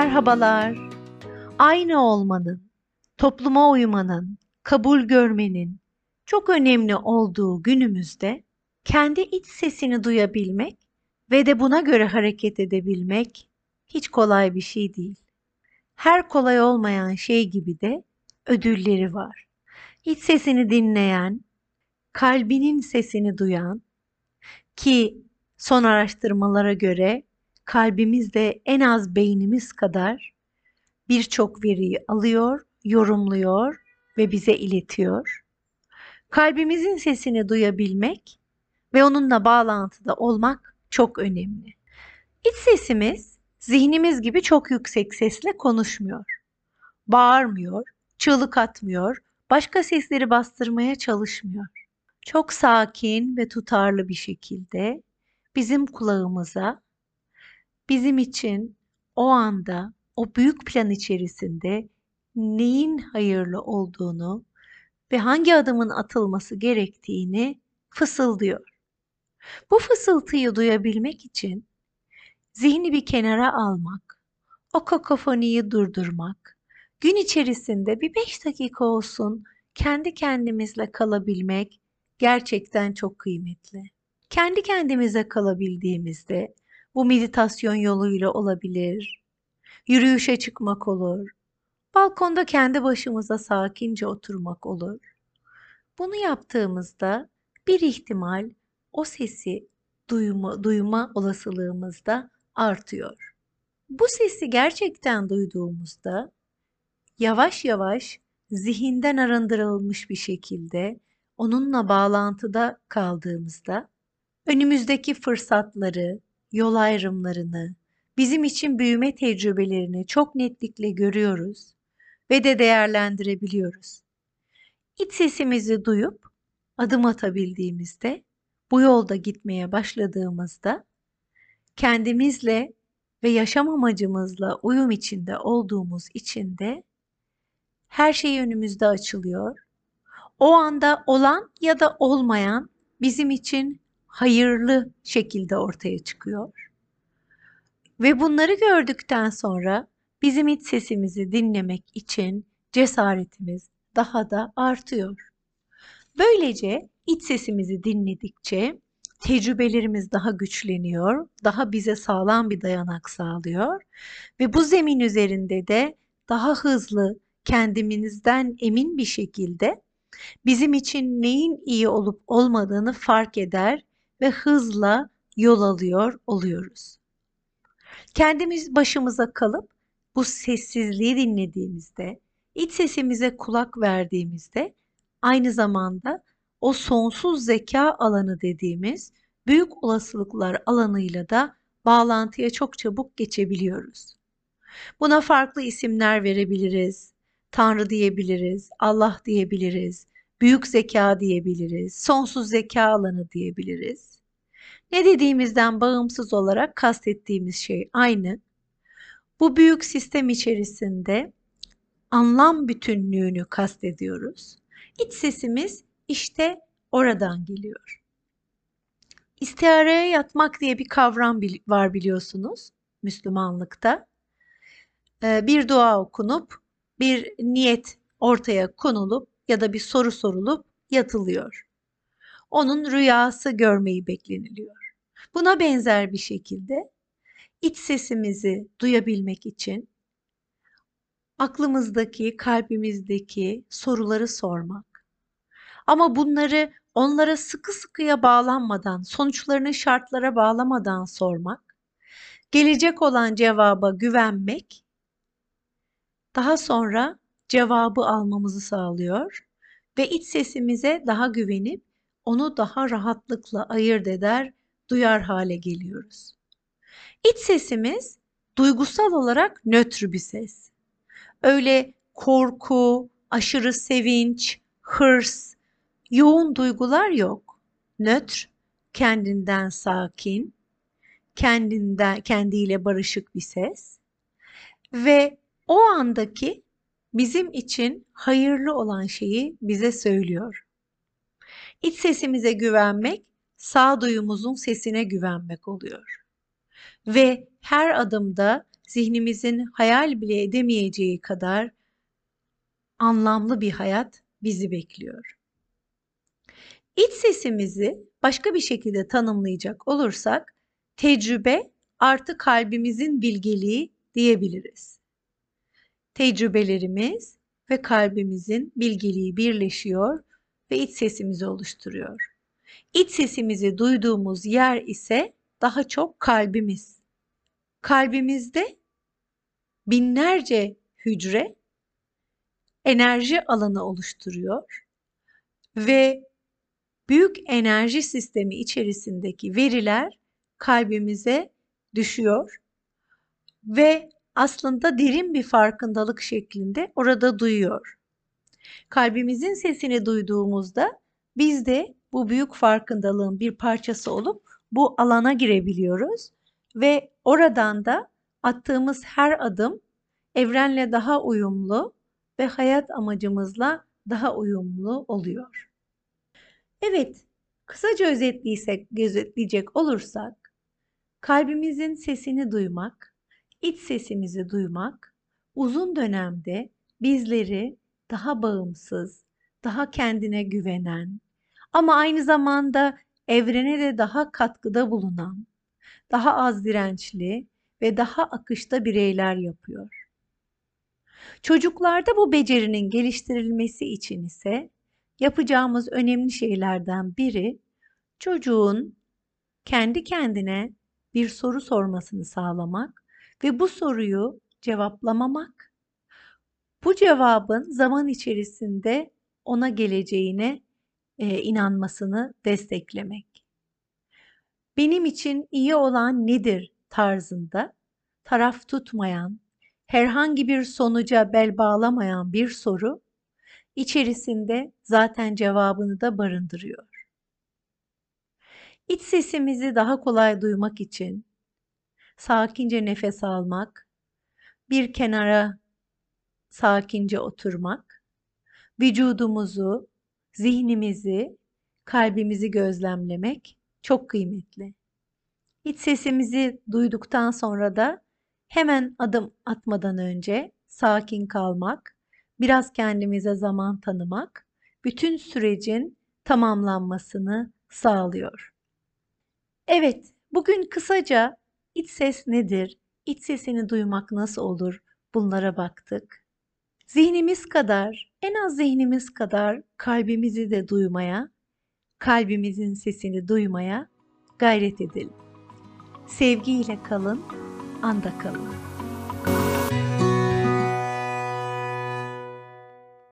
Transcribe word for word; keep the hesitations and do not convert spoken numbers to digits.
Merhabalar. Aynı olmanın, topluma uymanın, kabul görmenin çok önemli olduğu günümüzde kendi iç sesini duyabilmek ve de buna göre hareket edebilmek hiç kolay bir şey değil. Her kolay olmayan şey gibi de ödülleri var. İç sesini dinleyen, kalbinin sesini duyan ki son araştırmalara göre kalbimiz de en az beynimiz kadar birçok veriyi alıyor, yorumluyor ve bize iletiyor. Kalbimizin sesini duyabilmek ve onunla bağlantıda olmak çok önemli. İç sesimiz zihnimiz gibi çok yüksek sesle konuşmuyor. Bağırmıyor, çığlık atmıyor, başka sesleri bastırmaya çalışmıyor. Çok sakin ve tutarlı bir şekilde bizim kulağımıza, bizim için o anda, o büyük plan içerisinde neyin hayırlı olduğunu ve hangi adımın atılması gerektiğini fısıldıyor. Bu fısıltıyı duyabilmek için zihni bir kenara almak, o kakofoniyi durdurmak, gün içerisinde bir beş dakika olsun kendi kendimizle kalabilmek gerçekten çok kıymetli. Kendi kendimize kalabildiğimizde bu meditasyon yoluyla olabilir, yürüyüşe çıkmak olur, balkonda kendi başımıza sakince oturmak olur. Bunu yaptığımızda bir ihtimal o sesi duyma, duyma olasılığımız da artıyor. Bu sesi gerçekten duyduğumuzda yavaş yavaş zihinden arındırılmış bir şekilde onunla bağlantıda kaldığımızda önümüzdeki fırsatları, yol ayrımlarını, bizim için büyüme tecrübelerini çok netlikle görüyoruz ve de değerlendirebiliyoruz. İç sesimizi duyup adım atabildiğimizde, bu yolda gitmeye başladığımızda kendimizle ve yaşam amacımızla uyum içinde olduğumuz için de her şey önümüzde açılıyor. O anda olan ya da olmayan bizim için hayırlı şekilde ortaya çıkıyor. Ve bunları gördükten sonra bizim iç sesimizi dinlemek için cesaretimiz daha da artıyor. Böylece iç sesimizi dinledikçe tecrübelerimiz daha güçleniyor, daha bize sağlam bir dayanak sağlıyor ve bu zemin üzerinde de daha hızlı, kendimizden emin bir şekilde bizim için neyin iyi olup olmadığını fark eder ve hızla yol alıyor oluyoruz. Kendimiz başımıza kalıp bu sessizliği dinlediğimizde, iç sesimize kulak verdiğimizde aynı zamanda o sonsuz zeka alanı dediğimiz büyük olasılıklar alanıyla da bağlantıya çok çabuk geçebiliyoruz. Buna farklı isimler verebiliriz. Tanrı diyebiliriz, Allah diyebiliriz, büyük zeka diyebiliriz, sonsuz zeka alanı diyebiliriz. Ne dediğimizden bağımsız olarak kastettiğimiz şey aynı. Bu büyük sistem içerisinde anlam bütünlüğünü kastediyoruz. İç sesimiz işte oradan geliyor. İstihareye yatmak diye bir kavram var biliyorsunuz Müslümanlıkta. Bir dua okunup, bir niyet ortaya konulup ya da bir soru sorulup yatılıyor. Onun rüyası görmeyi bekleniliyor. Buna benzer bir şekilde iç sesimizi duyabilmek için aklımızdaki, kalbimizdeki soruları sormak. Ama bunları onlara sıkı sıkıya bağlanmadan, sonuçlarını şartlara bağlamadan sormak, gelecek olan cevaba güvenmek, daha sonra cevabı almamızı sağlıyor ve iç sesimize daha güvenip onu daha rahatlıkla ayırt eder, duyar hale geliyoruz. İç sesimiz duygusal olarak nötr bir ses. Öyle korku, aşırı sevinç, hırs, yoğun duygular yok. Nötr, kendinden sakin, kendinden kendiyle barışık bir ses ve o andaki bizim için hayırlı olan şeyi bize söylüyor. İç sesimize güvenmek, sağduyumuzun sesine güvenmek oluyor. Ve her adımda zihnimizin hayal bile edemeyeceği kadar anlamlı bir hayat bizi bekliyor. İç sesimizi başka bir şekilde tanımlayacak olursak, tecrübe artı kalbimizin bilgeliği diyebiliriz. Tecrübelerimiz ve kalbimizin bilgeliği birleşiyor ve iç sesimizi oluşturuyor. İç sesimizi duyduğumuz yer ise daha çok kalbimiz. Kalbimizde binlerce hücre enerji alanı oluşturuyor ve büyük enerji sistemi içerisindeki veriler kalbimize düşüyor ve aslında derin bir farkındalık şeklinde orada duyuyor. Kalbimizin sesini duyduğumuzda biz de bu büyük farkındalığın bir parçası olup bu alana girebiliyoruz ve oradan da attığımız her adım evrenle daha uyumlu ve hayat amacımızla daha uyumlu oluyor. Evet, kısaca özetleysek, özetleyecek olursak, kalbimizin sesini duymak, iç sesimizi duymak, uzun dönemde bizleri daha bağımsız, daha kendine güvenen ama aynı zamanda evrene de daha katkıda bulunan, daha az dirençli ve daha akışta bireyler yapıyor. Çocuklarda bu becerinin geliştirilmesi için ise yapacağımız önemli şeylerden biri çocuğun kendi kendine bir soru sormasını sağlamak ve bu soruyu cevaplamamak, bu cevabın zaman içerisinde ona geleceğine e, inanmasını desteklemek. Benim için iyi olan nedir tarzında taraf tutmayan, herhangi bir sonuca bel bağlamayan bir soru içerisinde zaten cevabını da barındırıyor. İç sesimizi daha kolay duymak için sakince nefes almak, bir kenara sakince oturmak, vücudumuzu, zihnimizi, kalbimizi gözlemlemek çok kıymetli. İç sesimizi duyduktan sonra da hemen adım atmadan önce sakin kalmak, biraz kendimize zaman tanımak, bütün sürecin tamamlanmasını sağlıyor. Evet, bugün kısaca iç ses nedir, iç sesini duymak nasıl olur bunlara baktık. Zihnimiz kadar, en az zihnimiz kadar kalbimizi de duymaya, kalbimizin sesini duymaya gayret edelim. Sevgiyle kalın, anda kalın.